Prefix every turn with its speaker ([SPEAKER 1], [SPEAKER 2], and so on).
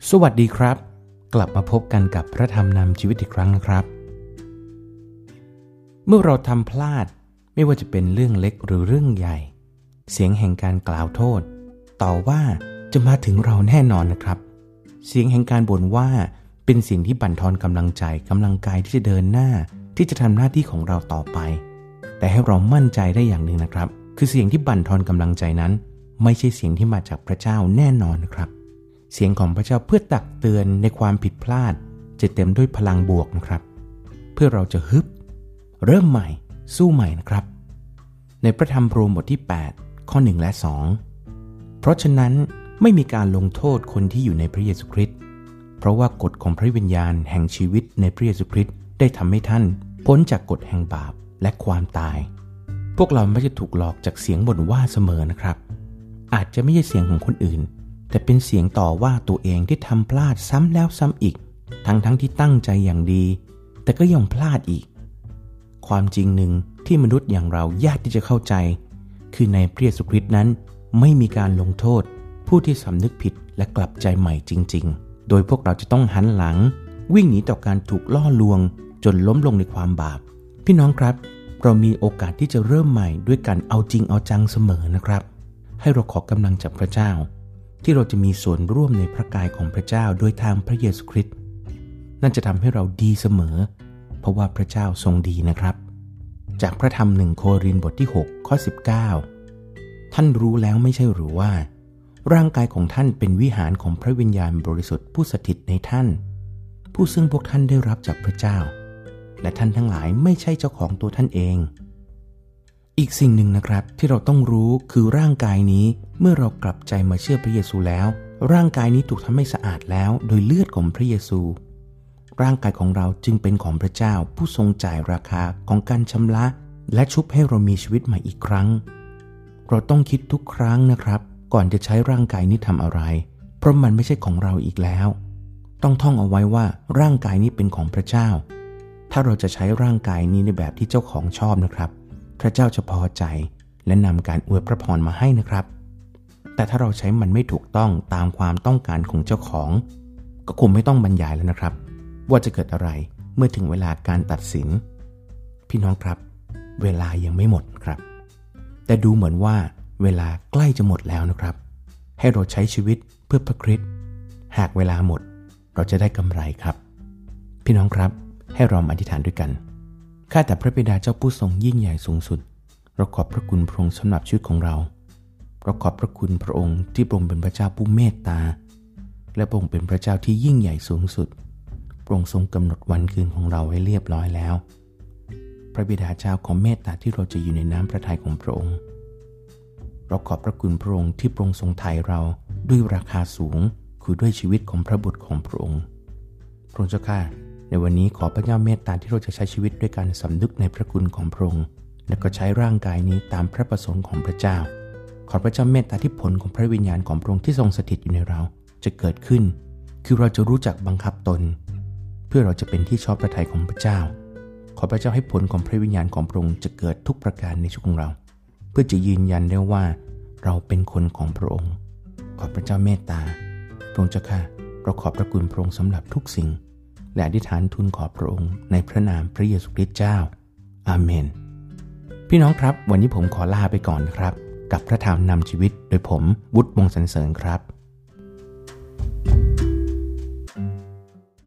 [SPEAKER 1] สวัสดีครับกลับมาพบกันกับพระธรรมนำชีวิตอีกครั้งนะครับเมื่อเราทำพลาดไม่ว่าจะเป็นเรื่องเล็กหรือเรื่องใหญ่เสียงแห่งการกล่าวโทษต่อว่าจะมาถึงเราแน่นอนนะครับเสียงแห่งการบ่นว่าเป็นสิ่งที่บั่นทอนกำลังใจกำลังกายที่จะเดินหน้าที่จะทำหน้าที่ของเราต่อไปแต่ให้เรามั่นใจได้อย่างหนึ่งนะครับคือเสียงที่บั่นทอนกำลังใจนั้นไม่ใช่เสียงที่มาจากพระเจ้าแน่นอนนะครับเสียงของพระเจ้าเพื่อตักเตือนในความผิดพลาดจะเต็มด้วยพลังบวกนะครับเพื่อเราจะฮึบเริ่มใหม่สู้ใหม่นะครับในพระธรรมโรมบทที่8ข้อ1และ2เพราะฉะนั้นไม่มีการลงโทษคนที่อยู่ในพระเยซูคริสต์เพราะว่ากฎของพระวิญญาณแห่งชีวิตในพระเยซูคริสต์ได้ทำให้ท่านพ้นจากกฎแห่งบาปและความตายพวกเราไม่จะถูกหลอกจากเสียงบ่นว่าเสมอนะครับอาจจะไม่ใช่เสียงของคนอื่นแต่เป็นเสียงต่อว่าตัวเองที่ทำพลาดซ้ำแล้วซ้ำอีกทั้งที่ตั้งใจอย่างดีแต่ก็ยังพลาดอีกความจริงหนึ่งที่มนุษย์อย่างเรายากที่จะเข้าใจคือในพระเยซูคริสต์นั้นไม่มีการลงโทษผู้ที่สำนึกผิดและกลับใจใหม่จริงๆโดยพวกเราจะต้องหันหลังวิ่งหนีต่อการถูกล่อลวงจนล้มลงในความบาปพี่น้องครับเรามีโอกาสที่จะเริ่มใหม่ด้วยการเอาจริงเอาจังเสมอนะครับให้เราขอกำลังจากพระเจ้าที่เราจะมีส่วนร่วมในพระกายของพระเจ้าโดยทางพระเยซูคริสต์นั่นจะทำให้เราดีเสมอเพราะว่าพระเจ้าทรงดีนะครับจากพระธรรม1โครินธ์บทที่6ข้อ19ท่านรู้แล้วไม่ใช่หรือว่าร่างกายของท่านเป็นวิหารของพระวิญญาณบริสุทธิ์ผู้สถิตในท่านผู้ซึ่งพวกท่านได้รับจากพระเจ้าและท่านทั้งหลายไม่ใช่เจ้าของตัวท่านเองอีกสิ่งหนึ่งนะครับที่เราต้องรู้คือร่างกายนี้เมื่อเรากลับใจมาเชื่อพระเยซูแล้วร่างกายนี้ถูกทำให้สะอาดแล้วโดยเลือดของพระเยซูร่างกายของเราจึงเป็นของพระเจ้าผู้ทรงจ่ายราคาของการชำระและชุบให้เรามีชีวิตใหม่อีกครั้งเราต้องคิดทุกครั้งนะครับก่อนจะใช้ร่างกายนี้ทำอะไรเพราะมันไม่ใช่ของเราอีกแล้วต้องท่องเอาไว้ว่าร่างกายนี้เป็นของพระเจ้าถ้าเราจะใช้ร่างกายนี้ในแบบที่เจ้าของชอบนะครับพระเจ้าจะพอใจและนำการอวยพระพรมาให้นะครับแต่ถ้าเราใช้มันไม่ถูกต้องตามความต้องการของเจ้าของก็คงไม่ต้องบรรยายแล้วนะครับว่าจะเกิดอะไรเมื่อถึงเวลาการตัดสินพี่น้องครับเวลายังไม่หมดครับแต่ดูเหมือนว่าเวลาใกล้จะหมดแล้วนะครับให้เราใช้ชีวิตเพื่อพระคริสต์หากเวลาหมดเราจะได้กำไรครับพี่น้องครับให้เราอธิษฐานด้วยกันข้าแต่พระบิดาเจ้าผู้ทรงยิ่งใหญ่สูงสุดเราขอบพระคุณพระองค์สำหรับชีวิตของเราเราขอบพระคุณพระองค์ที่พระองค์เป็นพระเจ้าผู้เมตตาและพระองค์เป็นพระเจ้าที่ยิ่งใหญ่สูงสุดพระองค์ทรงกำหนดวันคืนของเราไว้เรียบร้อยแล้วพระบิดาเจ้าขอเมตตาที่เราจะอยู่ในน้ำพระทัยของพระองค์เราขอบพระคุณพระองค์ที่พระองค์ทรงไถ่เราด้วยราคาสูงคือด้วยชีวิตของพระบุตรของพระองค์พระองค์เจ้าข้าในวันนี้ขอพระเจ้าเมตตาที่เราจะใช้ชีวิตด้วยการสำนึกในพระคุณของพระองค์และก็ใช้ร่างกายนี้ตามพระประสงค์ของพระเจ้าขอพระเจ้าเมตตาที่ผลของพระวิญญาณของพระองค์ที่ทรงสถิตอยู่ในเราจะเกิดขึ้นคือเราจะรู้จักบังคับตนเพื่อเราจะเป็นที่ชอบพระทัยของพระเจ้าขอพระเจ้าให้ผลของพระวิญญาณของพระองค์จะเกิดทุกประการในชีวิตของเราเพื่อจะยืนยันได้ว่าเราเป็นคนของพระองค์ขอพระเจ้าเมตตาพระองค์เจ้าข้าเราขอบพระคุณพระองค์สำหรับทุกสิ่งและอธิษฐานทูลขอพระองค์ในพระนามพระเยซูคริสต์เจ้าอาเมนพี่น้องครับวันนี้ผมขอลาไปก่อนนะครับกับพระธรรมนำชีวิตโดยผมวุฒิ วงศ์สรรเสริญครับ